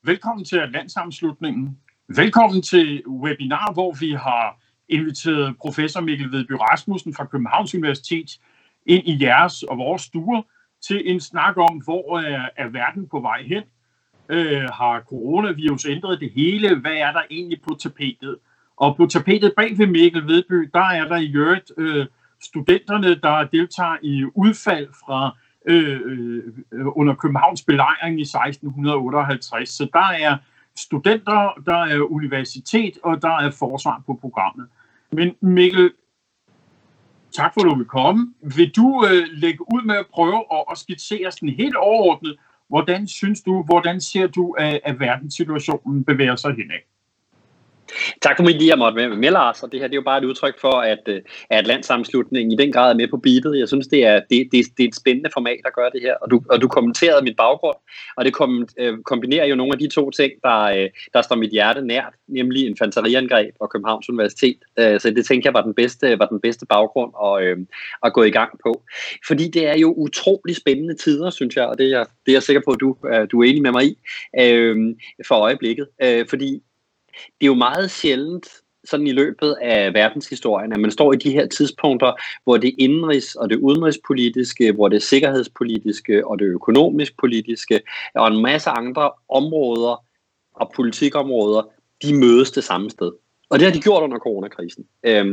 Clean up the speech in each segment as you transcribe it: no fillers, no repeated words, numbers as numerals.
Velkommen til Atlantsammenslutningen. Velkommen til webinar, hvor vi har inviteret professor Mikkel Vedby Rasmussen fra Københavns Universitet ind i jeres og vores stuer til en snak om, hvor er verden på vej hen. Har coronavirus ændret det hele? Hvad er der egentlig på tapetet? Og på tapetet bag ved Mikkel Vedby, der er der i øvrigt studenterne, der deltager i udfald fra under Københavns belejring i 1658. Så der er studenter, der er universitet, og der er forsvar på programmet. Men Mikkel, tak for at du vil komme. Vil du lægge ud med at prøve at skitsere sådan helt overordnet, hvordan ser du, at verdenssituationen bevæger sig henad? Tak for mig lige at måtte være med, Lars, og det her det er jo bare et udtryk for, at Atlantsammenslutningen i den grad er med på beatet. Jeg synes, det er et spændende format at gøre det her, og du kommenterede mit baggrund, og det kombinerer jo nogle af de to ting, der står mit hjerte nært, nemlig infanteriangreb og Københavns Universitet. Så det tænker jeg var den bedste baggrund at gå i gang på. Fordi det er jo utrolig spændende tider, synes jeg, og det er jeg sikker på, at du er enig med mig i for øjeblikket. Fordi det er jo meget sjældent sådan i løbet af verdenshistorien, at man står i de her tidspunkter, hvor det indenrigs- og det udenrigspolitiske, hvor det sikkerhedspolitiske og det økonomisk-politiske og en masse andre områder og politikområder, de mødes det samme sted. Og det har de gjort under coronakrisen.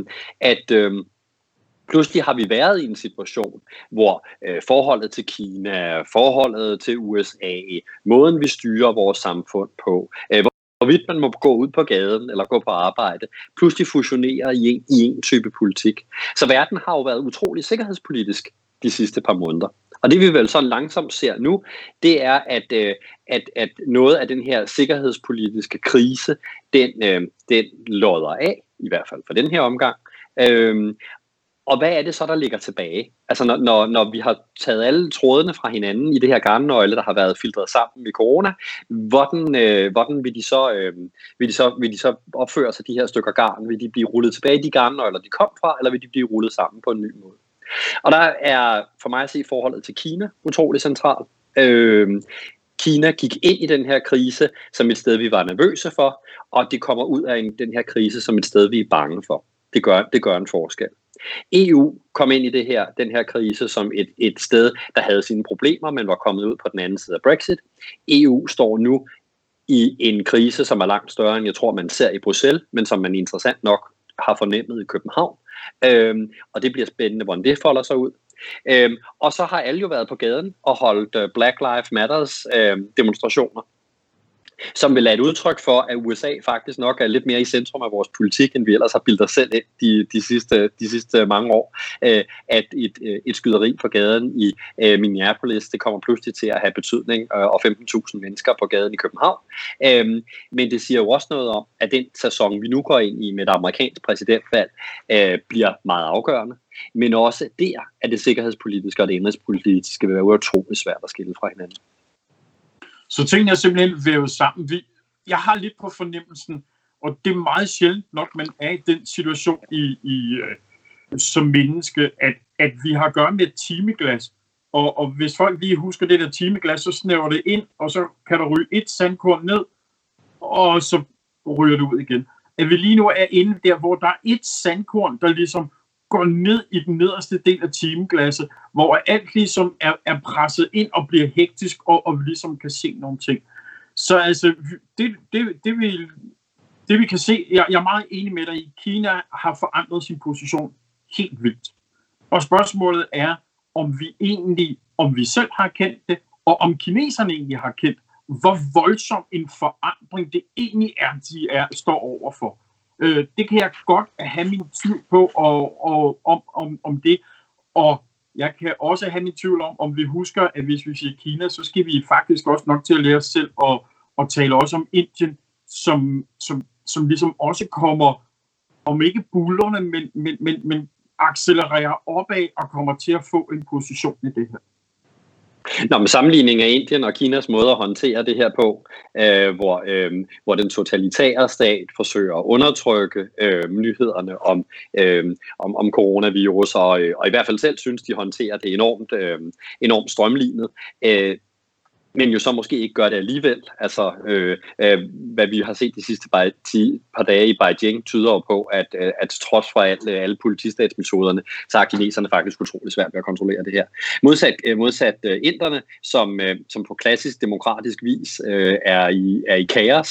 Pludselig har vi været i en situation, hvor forholdet til Kina, forholdet til USA, måden vi styrer vores samfund på, hvorvidt man må gå ud på gaden eller gå på arbejde, pludselig fusionerer i en type politik. Så verden har jo været utrolig sikkerhedspolitisk de sidste par måneder. Og det vi vel sådan langsomt ser nu, det er, at noget af den her sikkerhedspolitiske krise, den lodder af, i hvert fald for den her omgang. Og hvad er det så, der ligger tilbage? Altså når vi har taget alle trådene fra hinanden i det her garnnøgle, der har været filtreret sammen i corona, hvordan vil de så opføre sig, de her stykker garn? Vil de blive rullet tilbage i de garnnøgler, de kom fra, eller vil de blive rullet sammen på en ny måde? Og der er for mig at se forholdet til Kina utrolig centralt. Kina gik ind i den her krise som et sted, vi var nervøse for, og det kommer ud af den her krise som et sted, vi er bange for. Det gør en forskel. EU kom ind i den her krise som et sted, der havde sine problemer, men var kommet ud på den anden side af Brexit. EU står nu i en krise, som er langt større, end jeg tror, man ser i Bruxelles, men som man interessant nok har fornemmet i København. Og det bliver spændende, hvordan det folder sig ud. Og så har alle jo været på gaden og holdt Black Lives Matters demonstrationer, som vil lade et udtryk for, at USA faktisk nok er lidt mere i centrum af vores politik, end vi ellers har bildet os selv ind de sidste mange år. At et skyderi på gaden i Minneapolis, det kommer pludselig til at have betydning, og 15.000 mennesker på gaden i København. Men det siger jo også noget om, at den sæson, vi nu går ind i med et amerikansk præsidentvalg, bliver meget afgørende. Men også der, at det sikkerhedspolitiske og det indrigspolitiske vil være utroligt svært at skille fra hinanden. Så tingene er simpelthen vævet sammen. Jeg har lidt på fornemmelsen, og det er meget sjældent nok, man er i den situation som menneske, at vi har at gøre med et timeglas. Og hvis folk lige husker det der timeglas, så snæver det ind, og så kan der ryge et sandkorn ned, og så ryger det ud igen. At vi lige nu er inde der, hvor der er et sandkorn, der ligesom går ned i den nederste del af timeglasset, hvor alt ligesom er presset ind og bliver hektisk, og ligesom kan se nogle ting. Så altså, det vi kan se, jeg er meget enig med dig i, Kina har forandret sin position helt vildt. Og spørgsmålet er, om vi selv har kendt det, og om kineserne egentlig har kendt, hvor voldsom en forandring det egentlig er, de står overfor. Det kan jeg godt have min tvivl på om det, og jeg kan også have min tvivl om vi husker, at hvis vi siger Kina, så skal vi faktisk også nok til at lære os selv og tale også om Indien, som ligesom også kommer, om ikke bullerne, men accelererer opad og kommer til at få en position i det her. Nå, men sammenligning af Indien og Kinas måde at håndtere det her på, hvor den totalitære stat forsøger at undertrykke nyhederne om coronavirus, og i hvert fald selv synes, de håndterer det enormt strømlignet. men jo så måske ikke gør det alligevel. Altså, hvad vi har set de sidste par dage i Beijing, tyder jo på, at trods for alle politistatsmetoderne, så har kineserne faktisk utroligt svært ved at kontrollere det her. Modsat inderne, som på klassisk demokratisk vis er i kaos,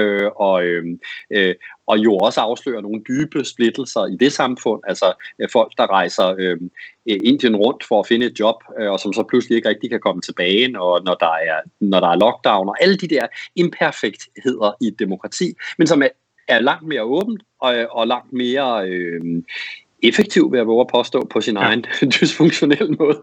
og jo også afslører nogle dybe splittelser i det samfund, altså folk, der rejser Indien rundt for at finde et job, og som så pludselig ikke rigtig kan komme tilbage, når der er lockdown, og alle de der imperfektheder i et demokrati, men som er langt mere åbent og langt mere effektiv, vil jeg våge at påstå, på sin egen dysfunktionelle måde.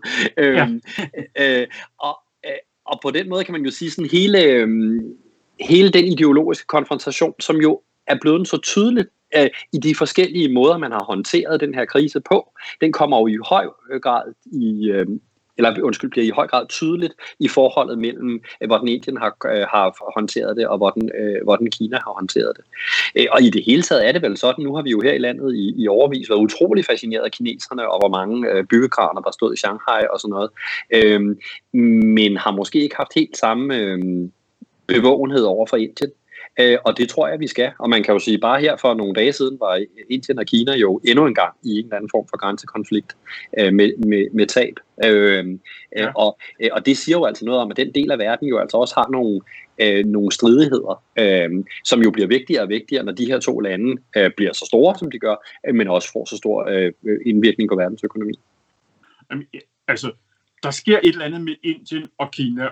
Og på den måde kan man jo sige, sådan hele den ideologiske konfrontation, som jo er blevet så tydeligt i de forskellige måder, man har håndteret den her krise på, den kommer jo i høj grad bliver i høj grad tydeligt i forholdet mellem, hvordan Indien har håndteret det, og hvordan Kina har håndteret det. Og i det hele taget er det vel sådan, nu har vi jo her i landet i overvis været utrolig fascineret af kineserne, og hvor mange byggekraner, der stod i Shanghai og sådan noget, men har måske ikke haft helt samme bevågenhed over for Indien. Og det tror jeg, vi skal. Og man kan jo sige, bare her for nogle dage siden var Indien og Kina jo endnu en gang i en eller anden form for grænsekonflikt med tab. Og det siger jo altså noget om, at den del af verden jo altså også har nogle stridigheder, som jo bliver vigtigere og vigtigere, når de her to lande bliver så store, som de gør, men også får så stor indvirkning på verdensøkonomi. Altså, der sker et eller andet med Indien og Kina,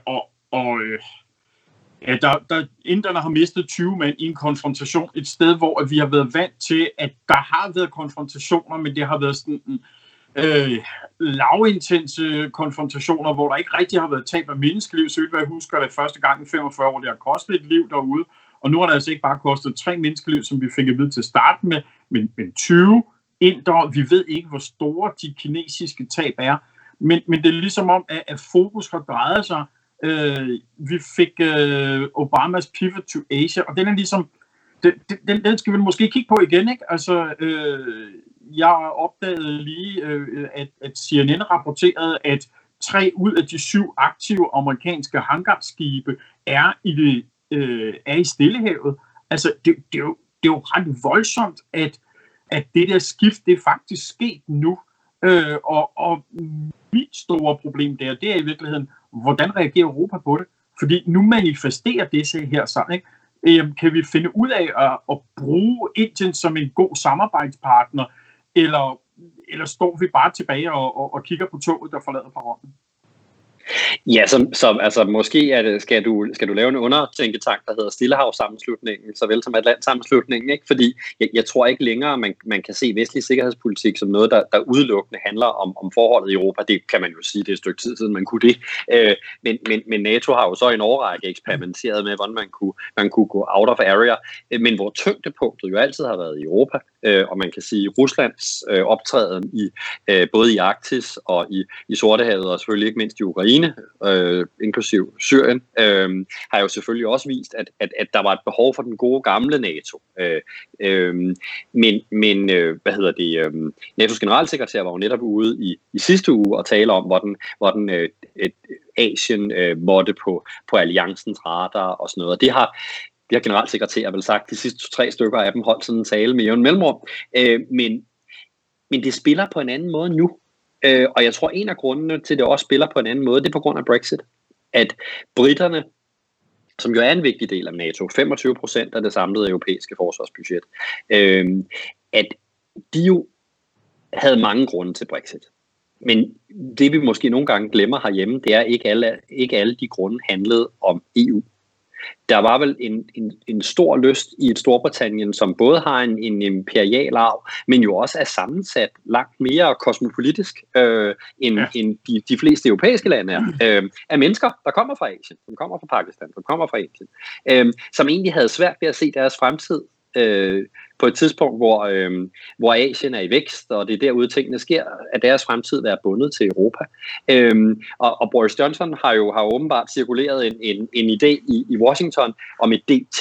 ja, inderne har mistet 20 mand i en konfrontation, et sted, hvor vi har været vant til, at der har været konfrontationer, men det har været sådan lavintense konfrontationer, hvor der ikke rigtig har været tab af menneskeliv. Så jeg husker, at første gang i 45 år, det har kostet et liv derude, og nu har det altså ikke bare kostet 3 menneskeliv, som vi fik at vide til at starte med, men 20 indere. Vi ved ikke, hvor store de kinesiske tab er, men det er ligesom om, at fokus har drejet sig. Vi fik Obamas Pivot to Asia, og den er ligesom, den skal vi måske kigge på igen, ikke? Altså, jeg opdagede lige, at CNN rapporterede, at 3 ud af de 7 aktive amerikanske hangarskibe er i Stillehavet. Altså, det er jo ret voldsomt, at det der skift, det er faktisk sket nu. Og mit store problem det er i virkeligheden, hvordan reagerer Europa på det? Fordi nu manifesterer det sig her sammen, ikke? Kan vi finde ud af at bruge Indien som en god samarbejdspartner, eller står vi bare tilbage og kigger på toget, der forlader perronen? Ja, altså måske skal du lave en undertænketank, der hedder Stillehavssammenslutningen, såvel som Atlantsammenslutningen, ikke? Fordi jeg tror ikke længere, man kan se vestlig sikkerhedspolitik som noget, der udelukkende handler om forholdet i Europa. Det kan man jo sige, det er et stykke tid siden, man kunne det. Men NATO har jo så i en årrække eksperimenteret med, hvordan man kunne gå out of area, men hvor tyngdepunktet jo altid har været i Europa. Og man kan sige, at Ruslands optræden både i Arktis og i Sortehavet, og selvfølgelig ikke mindst i Ukraine, inklusiv Syrien, har jo selvfølgelig også vist, at der var et behov for den gode gamle NATO. Men NATO's generalsekretær var jo netop ude i sidste uge og tale om, hvordan Asien måtte på alliancens radar og sådan noget. Og det har generalsekretær vel sagt, de sidste 3 stykker af dem holdt sådan en tale med en mellemrum. Men det spiller på en anden måde nu. Og jeg tror, en af grundene til, at det også spiller på en anden måde, det er på grund af Brexit. At britterne, som jo er en vigtig del af NATO, 25% af det samlede europæiske forsvarsbudget, at de jo havde mange grunde til Brexit. Men det vi måske nogle gange glemmer herhjemme, det er ikke alle de grunde handlede om EU. Der var vel en stor lyst i et Storbritannien, som både har en imperial arv, men jo også er sammensat langt mere kosmopolitisk end de fleste europæiske lande er. Af mennesker, der kommer fra Asien, som kommer fra Pakistan, som kommer fra Indien, som egentlig havde svært ved at se deres fremtid på et tidspunkt, hvor Asien er i vækst, og det er derude tingene sker, at deres fremtid er bundet til Europa. Og Boris Johnson har åbenbart cirkuleret en idé i Washington om et D10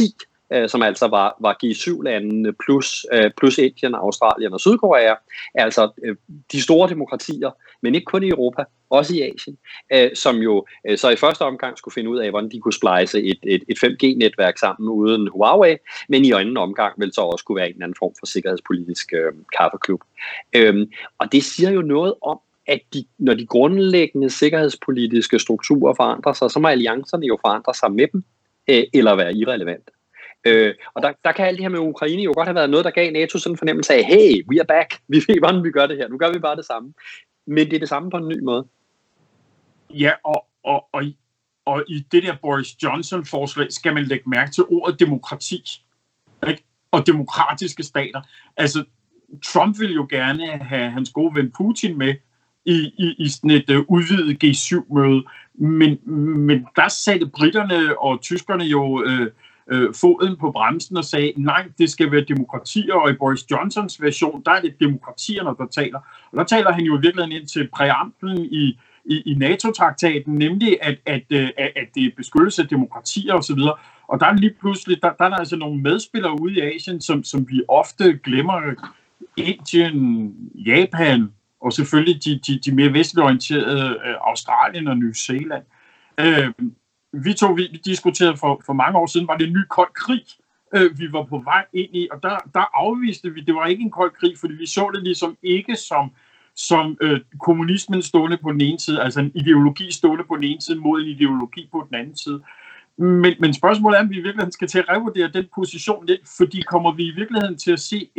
som altså var G7-landene plus Indien, Australien og Sydkorea, altså de store demokratier, men ikke kun i Europa, også i Asien, som jo så i første omgang skulle finde ud af, hvordan de kunne splice et 5G-netværk sammen uden Huawei, men i anden omgang vil så også kunne være en eller anden form for sikkerhedspolitisk kaffeklub. Og det siger jo noget om, at når de grundlæggende sikkerhedspolitiske strukturer forandrer sig, så må alliancerne jo forandre sig med dem, eller være irrelevante. Og der kan alt det her med Ukraine jo godt have været noget, der gav NATO sådan en fornemmelse af, hey, we are back, vi ved, hvordan vi gør det her, nu gør vi bare det samme. Men det er det samme på en ny måde. Ja, og i det der Boris Johnson-forslag skal man lægge mærke til ordet demokrati, ikke? Og demokratiske stater. Altså, Trump vil jo gerne have hans gode ven Putin med i sådan et udvidet G7-møde, men der satte britterne og tyskerne jo foden på bremsen og sagde, nej, det skal være demokratier, og i Boris Johnsons version, der er det demokratierne, der taler. Og der taler han jo i virkeligheden ind til præamblen i NATO-traktaten, nemlig at det er beskyttelse af demokratier osv. Og der er lige pludselig, der er altså nogle medspillere ude i Asien, som vi ofte glemmer. Indien, Japan og selvfølgelig de mere vestligt orienterede Australien og New Zealand. Vi diskuterede for mange år siden, var det en ny kold krig, vi var på vej ind i, og der afviste vi, det var ikke en kold krig, fordi vi så det ligesom ikke som kommunismen stående på den ene side, altså en ideologi stående på den ene side mod en ideologi på den anden side. Men spørgsmålet er, om vi i virkeligheden skal til at revurdere den position lidt, fordi kommer vi i virkeligheden til at se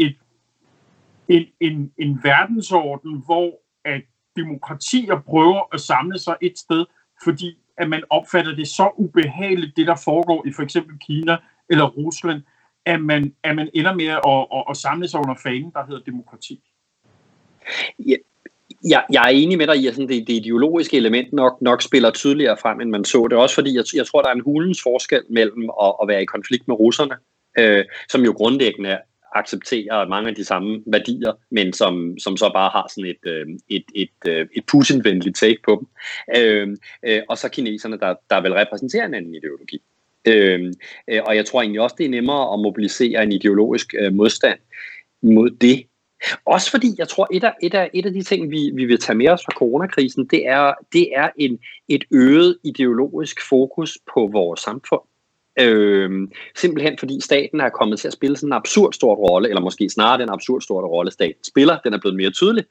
en verdensorden, hvor at demokratier prøver at samle sig et sted, fordi at man opfatter det så ubehageligt, det der foregår i for eksempel Kina eller Rusland, at man ender med at samle sig under fanen, der hedder demokrati. Ja. Jeg er enig med dig i, at sådan det ideologiske element nok spiller tydeligere frem, end man så det. Også fordi jeg tror, der er en hulens forskel mellem at være i konflikt med russerne, som jo grundlæggende accepterer mange af de samme værdier, men som så bare har sådan et Putin-venligt take på dem. Og så kineserne, der vil repræsentere en anden ideologi. Og jeg tror egentlig også, det er nemmere at mobilisere en ideologisk modstand mod det. Også fordi, jeg tror, et af de ting, vi vil tage med os fra coronakrisen, det er et øget ideologisk fokus på vores samfund. Simpelthen fordi staten er kommet til at spille sådan en absurd stor rolle, eller måske snarere den absurd store rolle, staten spiller, den er blevet mere tydelig,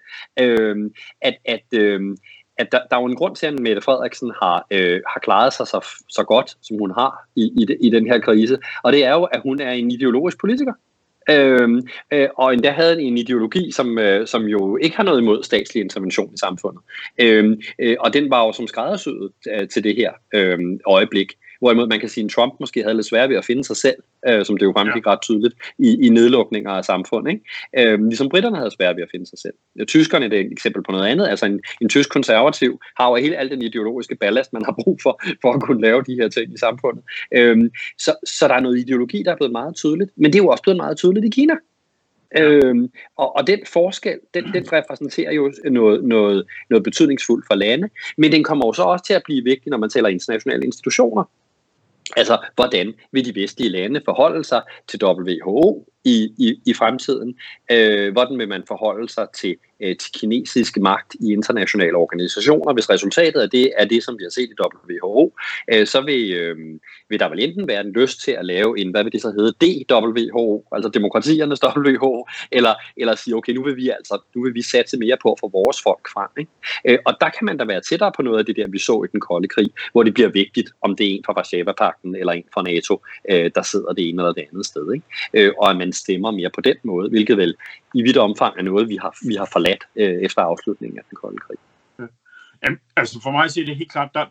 at der er jo en grund til, at Mette Frederiksen har klaret sig så godt, som hun har i den her krise, og det er jo, at hun er en ideologisk politiker. Og endda havde en ideologi, som jo ikke har noget imod statslig intervention i samfundet. Og den var jo som skræddersyet til det her øjeblik. Hvorimod man kan sige, at Trump måske havde lidt svært ved at finde sig selv, som det jo fremgik ret tydeligt i nedlukninger af samfundet. Ikke? Ligesom britterne havde svært ved at finde sig selv. Tyskerne det er et eksempel på noget andet. Altså en tysk konservativ har jo al den ideologiske ballast, man har brug for at kunne lave de her ting i samfundet. Så der er noget ideologi, der er blevet meget tydeligt. Men det er jo også blevet meget tydeligt i Kina. Og den forskel, den repræsenterer jo noget betydningsfuldt for lande, men den kommer jo så også til at blive vigtig, når man taler internationale institutioner. Altså, hvordan vil de vestlige lande forholde sig til WHO i fremtiden? Hvordan vil man forholde sig til kinesisk magt i internationale organisationer? Hvis resultatet af det er det, som vi har set i WHO, så vil der vel enten være en lyst til at lave en, hvad vil det så hedde, DWHO, altså demokratiernes WHO, eller sige, okay, nu vil vi satse mere på at få vores folk frem. Ikke? Og der kan man da være tættere på noget af det der, vi så i den kolde krig, hvor det bliver vigtigt, om det er en fra Warszawapagten eller en fra NATO, der sidder det ene eller det andet sted. Ikke? Og at man stemmer mere på den måde, hvilket vel i vidt omfang er noget, vi har forladt efter afslutningen af den kolde krig. Jamen, altså for mig siger det helt klart,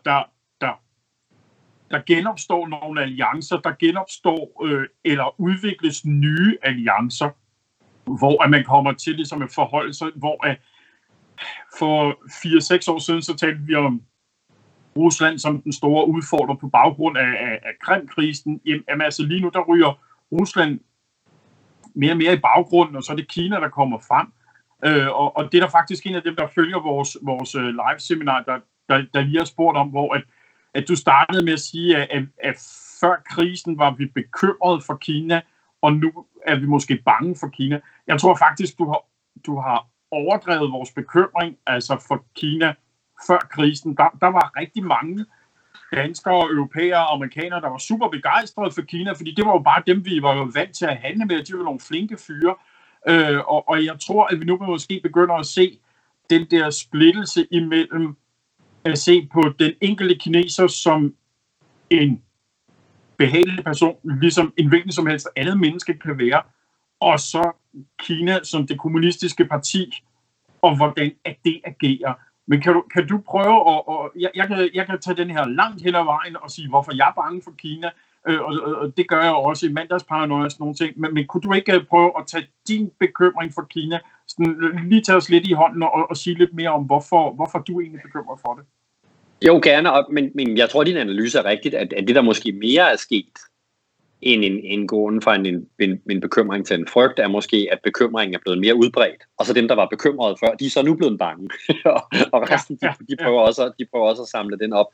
der genopstår nogle alliancer, der genopstår eller udvikles nye alliancer, hvor at man kommer til ligesom at forholde sig, hvor for 4-6 år siden, så talte vi om Rusland som den store udfordrer på baggrund af Krimkrisen. Jamen altså lige nu, der ryger Rusland mere og mere i baggrunden, og så er det Kina, der kommer frem. Og det er der faktisk en af dem, der følger vores live-seminar, der lige har spurgt om, hvor at du startede med at sige, at før krisen var vi bekymrede for Kina, og nu er vi måske bange for Kina. Jeg tror faktisk, du har overdrevet vores bekymring altså for Kina før krisen. Der var rigtig mange danskere, europæere og amerikanere, der var super begejstrede for Kina, fordi det var jo bare dem, vi var jo vant til at handle med. De var nogle flinke fyre. Og jeg tror, at vi nu måske begynder at se den der splittelse imellem at se på den enkelte kineser som en behagelig person, ligesom en hvilken som helst andet menneske kan være, og så Kina som det kommunistiske parti, og hvordan det agerer. Men kan du prøve jeg kan tage den her langt hen ad vejen og sige, hvorfor jeg er bange for Kina, og det gør jeg også i mandagsparanoia og sådan nogle ting, men kunne du ikke prøve at tage din bekymring for Kina, sådan, lige tage os lidt i hånden og sige lidt mere om, hvorfor du egentlig bekymrer for det? Jo, gerne, men jeg tror, din analyse er rigtigt, at det, der måske mere er sket, en gående fra en bekymring til en frygt, er måske, at bekymringen er blevet mere udbredt. Og så dem, der var bekymrede før, de er så nu blevet bange. Og resten, de prøver også at samle den op.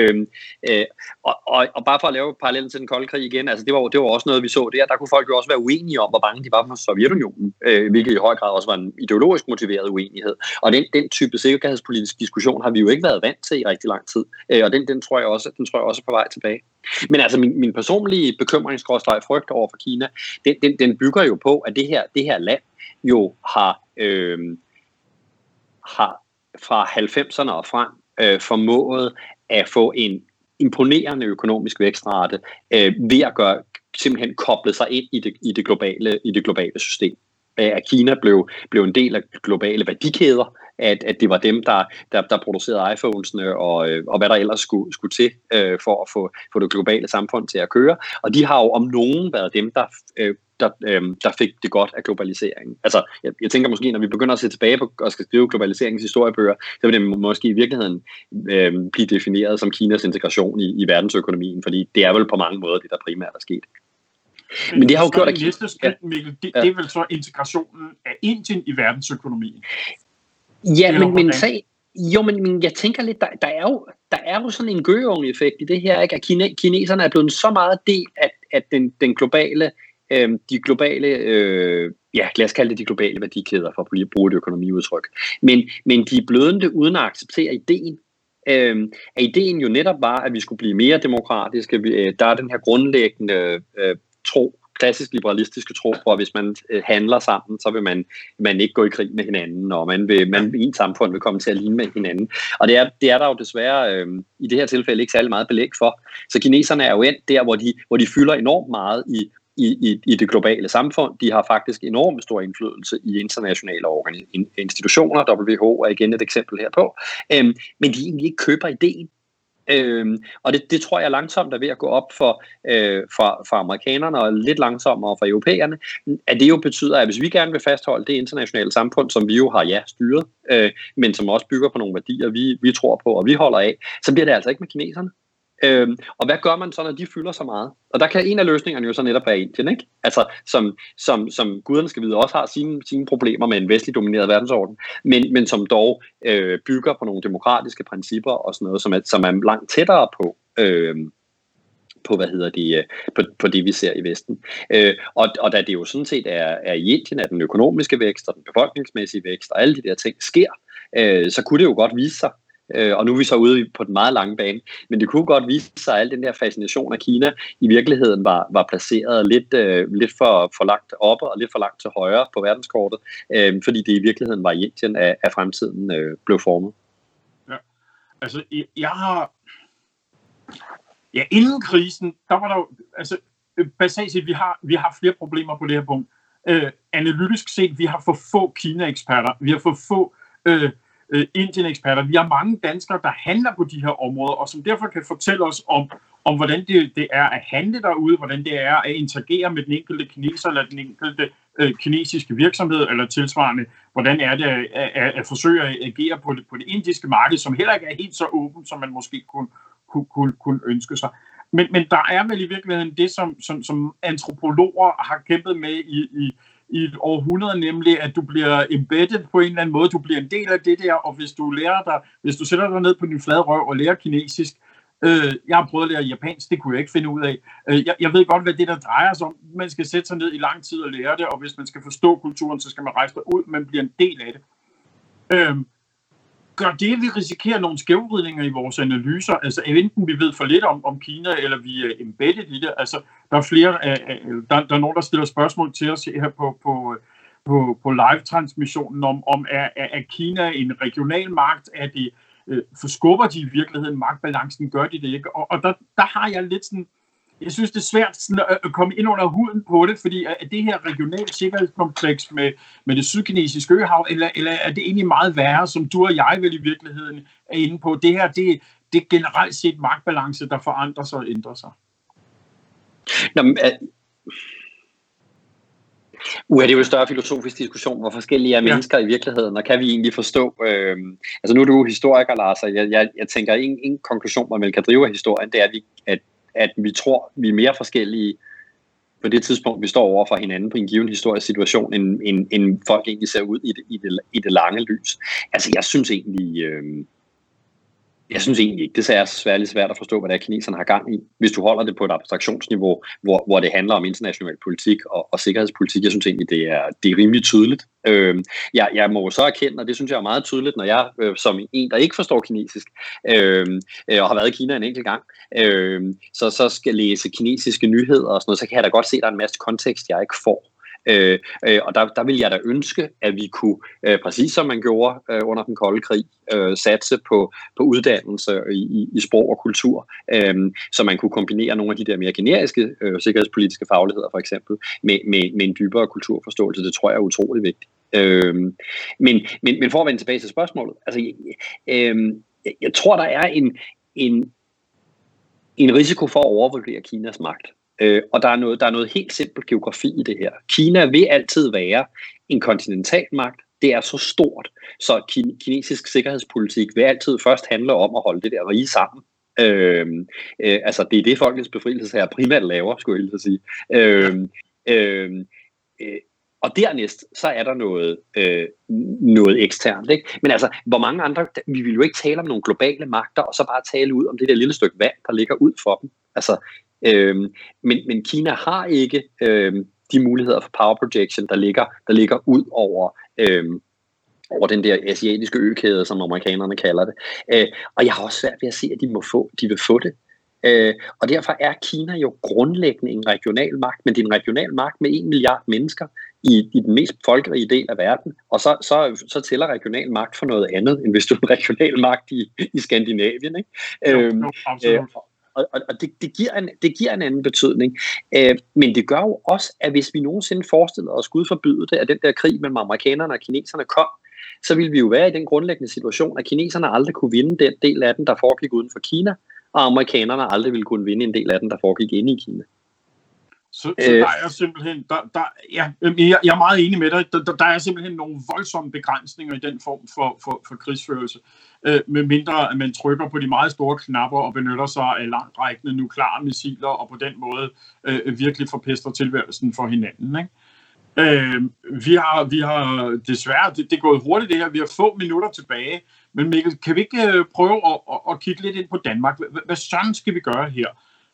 Og bare for at lave parallellen til den kolde krig igen, altså det var også noget, vi så der. Der kunne folk jo også være uenige om, hvor bange de var for Sovjetunionen, hvilket i høj grad også var en ideologisk motiveret uenighed. Og den type sikkerhedspolitisk diskussion har vi jo ikke været vant til i rigtig lang tid. Og den tror jeg også er på vej tilbage. Men altså min personlige bekymringsfrygt over for Kina, den bygger jo på, at det her land jo har fra 90'erne og frem formået at få en imponerende økonomisk vækstrate ved at simpelthen koble sig ind i det globale system. At Kina blev en del af globale værdikæder, at det var dem, der producerede iPhones'ene og hvad der ellers skulle til for at få det globale samfund til at køre. Og de har jo om nogen været dem, der fik det godt af globaliseringen. Altså, jeg tænker måske, når vi begynder at se tilbage på og skal skrive globaliseringens historiebøger, så vil det måske i virkeligheden blive defineret som Kinas integration i verdensøkonomien, fordi det er vel på mange måder det, der primært er sket. Men det har jo gjort, at næste skridt, Mikkel, det er vel så integrationen af Indien i verdensøkonomien. Ja, men jeg tænker lidt, der er jo sådan en gøgeunge-effekt i det her, ikke? At kineserne er blevet så meget del af den globale, de globale, lad os kalde det de globale værdikæder, for at bruge et økonomiudtryk. Men de er blevet det uden at acceptere ideen. At ideen jo netop var, at vi skulle blive mere demokratiske. Der er den her grundlæggende klassisk liberalistiske tro på, at hvis man handler sammen, så vil man ikke gå i krig med hinanden, og man i et samfund vil komme til at ligne med hinanden. Og det er der jo desværre i det her tilfælde ikke særlig meget belæg for. Så kineserne er jo endt der, hvor de fylder enormt meget i det globale samfund. De har faktisk enormt stor indflydelse i internationale institutioner. WHO er igen et eksempel herpå. Men de egentlig ikke køber ideen. Og det tror jeg langsomt er ved at gå op for amerikanerne og lidt langsommere for europæerne, at det jo betyder, at hvis vi gerne vil fastholde det internationale samfund, som vi jo har styret, men som også bygger på nogle værdier, vi tror på og vi holder af, så bliver det altså ikke med kineserne. Og hvad gør man så, når de fylder så meget? Og der kan en af løsningerne jo så netop være Indien, ikke? Altså, som guderne skal vide, også har sine problemer med en vestlig domineret verdensorden, men som dog bygger på nogle demokratiske principper og sådan noget, som er langt tættere på på det, vi ser i Vesten. Og da det jo sådan set er i Indien, at den økonomiske vækst og den befolkningsmæssige vækst og alle de der ting sker, så kunne det jo godt vise sig, og nu er vi så ude på den meget lange bane, men det kunne godt vise sig, at al den der fascination af Kina i virkeligheden var placeret lidt for langt oppe og lidt for langt til højre på verdenskortet, fordi det i virkeligheden var i Indien, at fremtiden blev formet. Ja, altså inden krisen, der var der jo, altså basalt set, vi har flere problemer på det her punkt. Analytisk set, vi har for få Kina-eksperter, vi har for få Indien-eksperter. Vi har mange danskere, der handler på de her områder, og som derfor kan fortælle os om hvordan det er at handle derude, hvordan det er at interagere med den enkelte kineser eller den enkelte kinesiske virksomhed eller tilsvarende, hvordan er det at forsøge at agere på det indiske marked, som heller ikke er helt så åbent, som man måske kunne ønske sig. Men der er vel i virkeligheden det, som antropologer har kæmpet med i et århundrede, nemlig at du bliver embedded på en eller anden måde, du bliver en del af det der, og hvis du sætter dig ned på din flade røv og lærer kinesisk, Jeg har prøvet at lære japansk, det kunne jeg ikke finde ud af. Jeg ved godt, hvad det der drejer sig om. Man skal sætte sig ned i lang tid og lære det, og hvis man skal forstå kulturen, så skal man rejse derud, man bliver en del af det. Gør det, at vi risikerer nogle skævvridninger i vores analyser? Altså enten vi ved for lidt om Kina, eller vi er embedded i det. Altså, der er flere, der er nogen, der stiller spørgsmål til os her på live-transmissionen om er Kina en regional magt? Er det forskubber de i virkeligheden magtbalancen? Gør de det ikke? Og der har jeg lidt sådan, jeg synes det er svært sådan at komme ind under huden på det, fordi er det her regionale sikkerhedskompleks med det sydkinesiske øhav, eller er det egentlig meget værre, som du og jeg vel i virkeligheden er inde på? Det her, det er generelt set magtbalance, der forandrer sig og ændrer sig. Det er jo en større filosofisk diskussion, hvor forskellige er mennesker i virkeligheden, og kan vi egentlig forstå... altså nu er du historiker, Lars, og jeg tænker, en konklusion, man vel kan drive af historien, det er, at vi tror, vi er mere forskellige på det tidspunkt, vi står over for hinanden på en given historisk situation, end folk egentlig ser ud i det lange lys. Altså jeg synes egentlig ikke, det er svært at forstå, hvad det er, kineserne har gang i, hvis du holder det på et abstraktionsniveau, hvor det handler om international politik og sikkerhedspolitik. Jeg synes egentlig, det er rimelig tydeligt. Jeg må så erkende, og det synes jeg er meget tydeligt, når jeg som en, der ikke forstår kinesisk, og har været i Kina en enkelt gang, så skal læse kinesiske nyheder og sådan noget, så kan jeg da godt se, at der er en masse kontekst, jeg ikke får. Og der vil jeg da ønske, at vi kunne, præcis som man gjorde under den kolde krig, satse på uddannelse i sprog og kultur, så man kunne kombinere nogle af de der mere generiske sikkerhedspolitiske fagligheder for eksempel med en dybere kulturforståelse. Det tror jeg er utrolig vigtigt. Men for at vende tilbage til spørgsmålet, altså, jeg tror, der er en risiko for at overvurdere Kinas magt. Og der er noget helt simpelt geografi i det her. Kina vil altid være en kontinentalmagt. Det er så stort, så kinesisk sikkerhedspolitik vil altid først handle om at holde det der rige sammen. Altså det er det folkets befrielseshær primært laver, skulle jeg sige. Og dernæst, så er der noget eksternt. Ikke? Men altså, hvor mange andre, vi vil jo ikke tale om nogle globale magter, og så bare tale ud om det der lille stykke vand, der ligger ud for dem. Altså, men Kina har ikke de muligheder for power projection, der ligger ud over den der asiatiske økæde, som amerikanerne kalder det. Og jeg har også svært ved at se, at de vil få det. Og derfor er Kina jo grundlæggende en regional magt, men det er en regional magt med 1 milliard mennesker i den mest folkerige del af verden, og så tæller regional magt for noget andet, end hvis du er en regional magt i Skandinavien. Ikke? Og det giver en anden betydning. Men det gør jo også, at hvis vi nogensinde forestiller os, Gud forbyde det, at den der krig mellem amerikanerne og kineserne kom, så ville vi jo være i den grundlæggende situation, at kineserne aldrig kunne vinde den del af den, der foregik uden for Kina, og amerikanerne aldrig ville kunne vinde en del af den, der foregik inde i Kina. Så der er simpelthen, jeg er meget enig med dig, der er simpelthen nogle voldsomme begrænsninger i den form for krigsførelse, med mindre at man trykker på de meget store knapper og benytter sig af langtrækkende nukleare missiler, og på den måde virkelig forpester tilværelsen for hinanden. Ikke? Vi har desværre, det er gået hurtigt det her, vi har få minutter tilbage, men Mikkel, kan vi ikke prøve at kigge lidt ind på Danmark? Hvad sådan skal vi gøre her?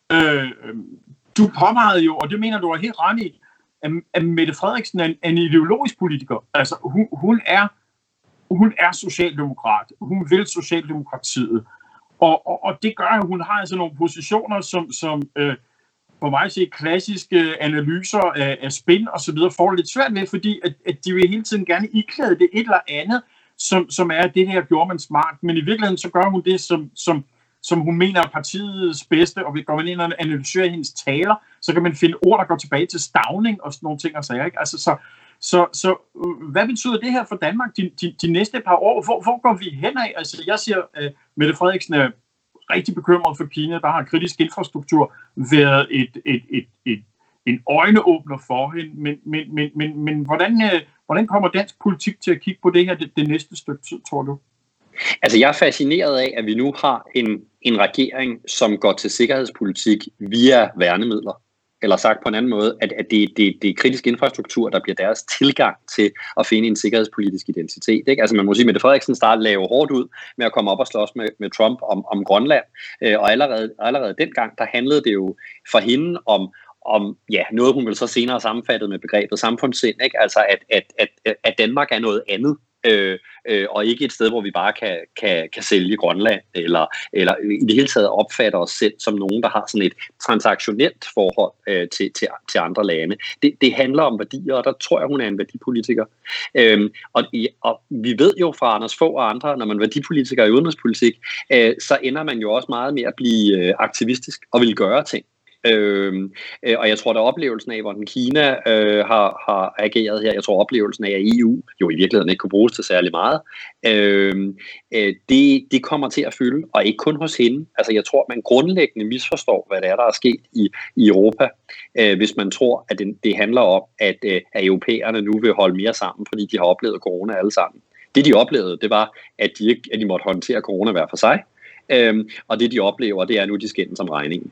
Du påvejede jo, og det mener du er helt ret i, at Mette Frederiksen er en ideologisk politiker. Altså, hun er socialdemokrat. Hun vil Socialdemokratiet. Og det gør, at hun har altså nogle positioner, som for mig at se klassiske analyser af spin og så videre, får lidt svært med, fordi at de vil hele tiden gerne iklæde det et eller andet, som er det her gjorde man smart. Men i virkeligheden så gør hun det, som hun mener er partiets bedste, og vi går ind og analyserer hendes taler, så kan man finde ord, der går tilbage til Stauning og sådan nogle ting og sager. Ikke? Altså, så hvad betyder det her for Danmark de næste par år? Hvor går vi hen af? Altså, jeg siger, at Mette Frederiksen er rigtig bekymret for Kina. Der har kritisk infrastruktur været en øjneåbner for hende. Men hvordan kommer dansk politik til at kigge på det her det næste stykke tid, tror du? Altså, jeg er fascineret af, at vi nu har en regering, som går til sikkerhedspolitik via værnemidler. eller sagt på en anden måde, at det er kritisk infrastruktur, der bliver deres tilgang til at finde en sikkerhedspolitisk identitet. Ikke? Altså man må sige, at Mette Frederiksen startede lave hårdt ud med at komme op og slås med Trump om Grønland, og allerede dengang, der handlede det jo for hende om noget, hun vil så senere sammenfattet med begrebet samfundssind, ikke? Altså at Danmark er noget andet, og ikke et sted, hvor vi bare kan sælge Grønland, eller i det hele taget opfatter os selv som nogen, der har sådan et transaktionelt forhold til andre lande. Det handler om værdier, og der tror jeg, hun er en værdipolitiker. Og vi ved jo fra Anders Fogh og andre, når man er værdipolitiker i udenrigspolitik, så ender man jo også meget med at blive aktivistisk og vil gøre ting. Og jeg tror, der oplevelsen af, hvordan Kina har ageret her, jeg tror oplevelsen af, at EU jo i virkeligheden ikke kunne bruges til særlig meget, det kommer til at fylde, og ikke kun hos hende. Altså jeg tror, man grundlæggende misforstår, hvad det er, der er sket i Europa, hvis man tror, at det handler om, at europæerne nu vil holde mere sammen, fordi de har oplevet corona alle sammen. Det de oplevede, det var, at de måtte håndtere corona hver for sig, og det de oplever, det er nu, de skændes om regningen.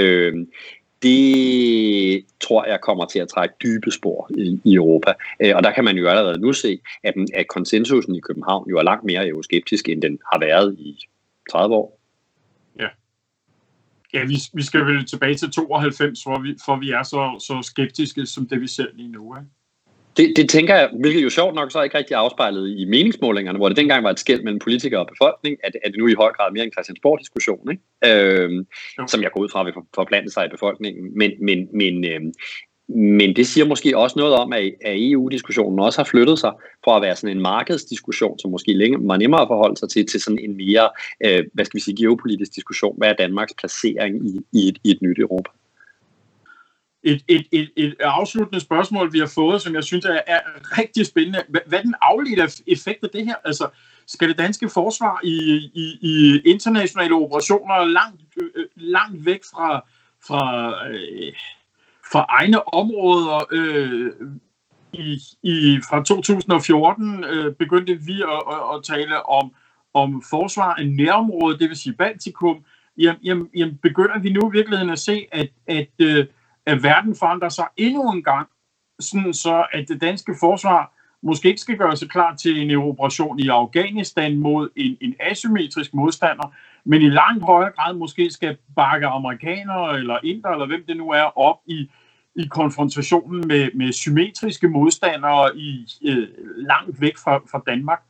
Det tror jeg kommer til at trække dybe spor i Europa. Og der kan man jo allerede nu se, at konsensusen i København jo er langt mere euroskeptisk, end den har været i 30 år. Ja, vi skal vel tilbage til 92, for vi er så skeptiske som det, vi ser lige nu, ikke? Det tænker jeg, hvilket jo sjovt nok så ikke rigtig afspejlet i meningsmålingerne, hvor det dengang var et skel mellem politikere og befolkning, at det nu i høj grad mere en Christiansborg-diskussion, ikke? Som jeg går ud fra vil forplante sig i befolkningen. Men det siger måske også noget om, at EU-diskussionen også har flyttet sig fra at være sådan en markedsdiskussion, som måske var nemmere at forholde sig til sådan en mere, geopolitisk diskussion. Hvad er Danmarks placering i et nyt Europa? Et afsluttende spørgsmål, vi har fået, som jeg synes er rigtig spændende. Hvad er den afledte effekt af det her? Altså, skal det danske forsvar i internationale operationer langt væk fra egne områder? Fra 2014 begyndte vi at tale om forsvar af nærområdet, det vil sige Baltikum. Jamen begynder vi nu i virkeligheden at se, at verden forandrer sig endnu en gang, sådan så at det danske forsvar måske ikke skal gøre sig klar til en operation i Afghanistan mod en asymmetrisk modstander, men i langt højere grad måske skal bakke amerikanere eller inder, eller hvem det nu er, op i konfrontationen med symmetriske modstandere langt væk fra Danmark.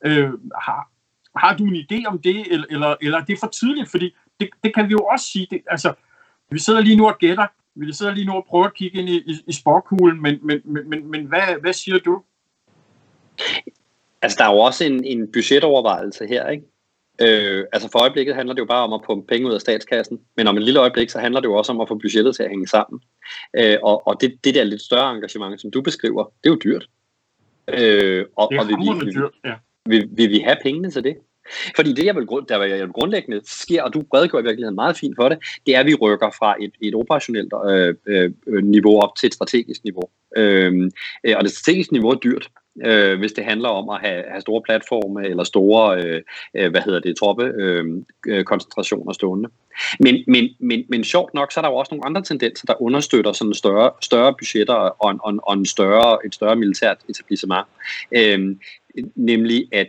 Har du en idé om det, eller er det for tidligt? Fordi det kan vi jo også sige. Vi sidder lige nu og gætter. Vi sidder lige nu og prøver at kigge ind i sporkuglen, men hvad siger du? Altså, der er jo også en budgetovervejelse her, ikke? For øjeblikket handler det jo bare om at pumpe penge ud af statskassen, men om et lille øjeblik, så handler det jo også om at få budgettet til at hænge sammen. Og det der lidt større engagement, som du beskriver, det er jo dyrt. Det er dyrt, ja. Vil vi have pengene til det? Fordi det, der grundlæggende sker, og du redegjorde i virkeligheden meget fint for det, det er, at vi rykker fra et operationelt niveau op til et strategisk niveau. Og det strategiske niveau er dyrt, hvis det handler om at have store platforme eller store koncentrationer stående. Men sjovt nok, så er der jo også nogle andre tendenser, der understøtter sådan større budgetter og et større militært etablissement. Nemlig at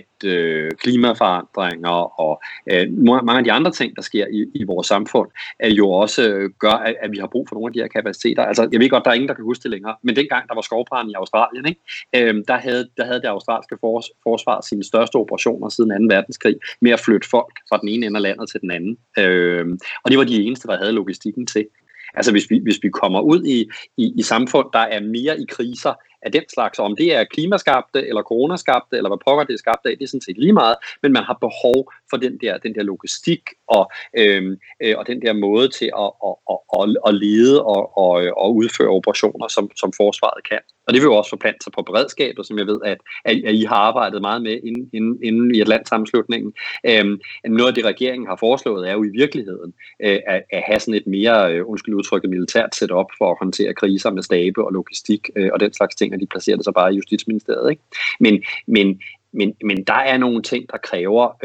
klimaforandringer og mange af de andre ting, der sker i vores samfund, jo også gør, at vi har brug for nogle af de her kapaciteter. Altså, jeg ved godt, der er ingen, der kan huske det længere, men dengang der var skovbrand i Australien, ikke? Der havde det australske forsvar sine største operationer siden 2. verdenskrig med at flytte folk fra den ene ende af landet til den anden. Og det var de eneste, der havde logistikken til. Altså hvis vi kommer ud i samfund, der er mere i kriser af den slags, om det er klimaskabte eller coronaskabte, eller hvad pokker det er skabt af, det er sådan set lige meget, men man har behov for den der logistik og den der måde til at lede og udføre operationer, som forsvaret kan. Og det vil jo også forplante sig på beredskabet, som jeg ved, at I har arbejdet meget med inden i Atlantsammenslutningen. Noget af det, regeringen har foreslået, er jo i virkeligheden at have sådan et mere, udtrykket, militært setup for at håndtere kriser med stabe og logistik og den slags ting, og de placerer det så bare i Justitsministeriet, ikke? Men der er nogle ting,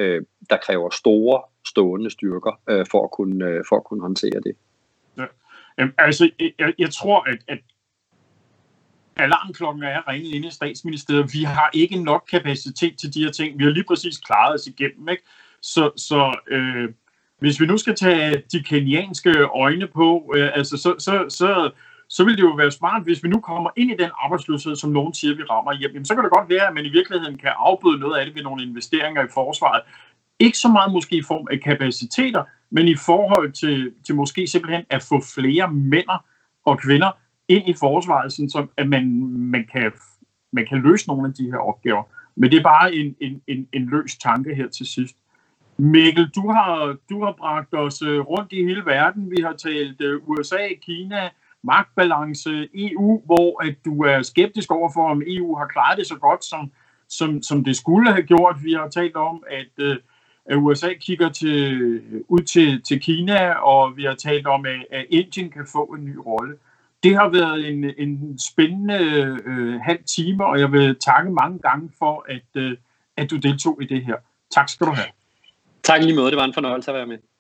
der kræver store stående styrker for at kunne håndtere det. Ja. Altså, jeg tror, at alarmklokken er ringet inde i Statsministeriet. Vi har ikke nok kapacitet til de her ting. Vi har lige præcis klaret os igennem, ikke? Så hvis vi nu skal tage de kenianske øjne på, så vil det jo være smart, hvis vi nu kommer ind i den arbejdsløshed, som nogen siger, vi rammer hjem. Så kan det godt være, at man i virkeligheden kan afbøde noget af det ved nogle investeringer i forsvaret. Ikke så meget måske i form af kapaciteter, men i forhold til måske simpelthen at få flere mænd og kvinder ind i forsvaret, sådan som at man kan løse nogle af de her opgaver. Men det er bare en løs tanke her til sidst. Mikkel, du har bragt os rundt i hele verden. Vi har talt USA, Kina, magtbalance, EU, hvor at du er skeptisk overfor, om EU har klaret det så godt, som det skulle have gjort. Vi har talt om, at USA kigger ud til Kina, og vi har talt om, at Indien kan få en ny rolle. Det har været en spændende halv time, og jeg vil takke mange gange for, at du deltog i det her. Tak skal du have. Tak lige måde. Det var en fornøjelse at være med.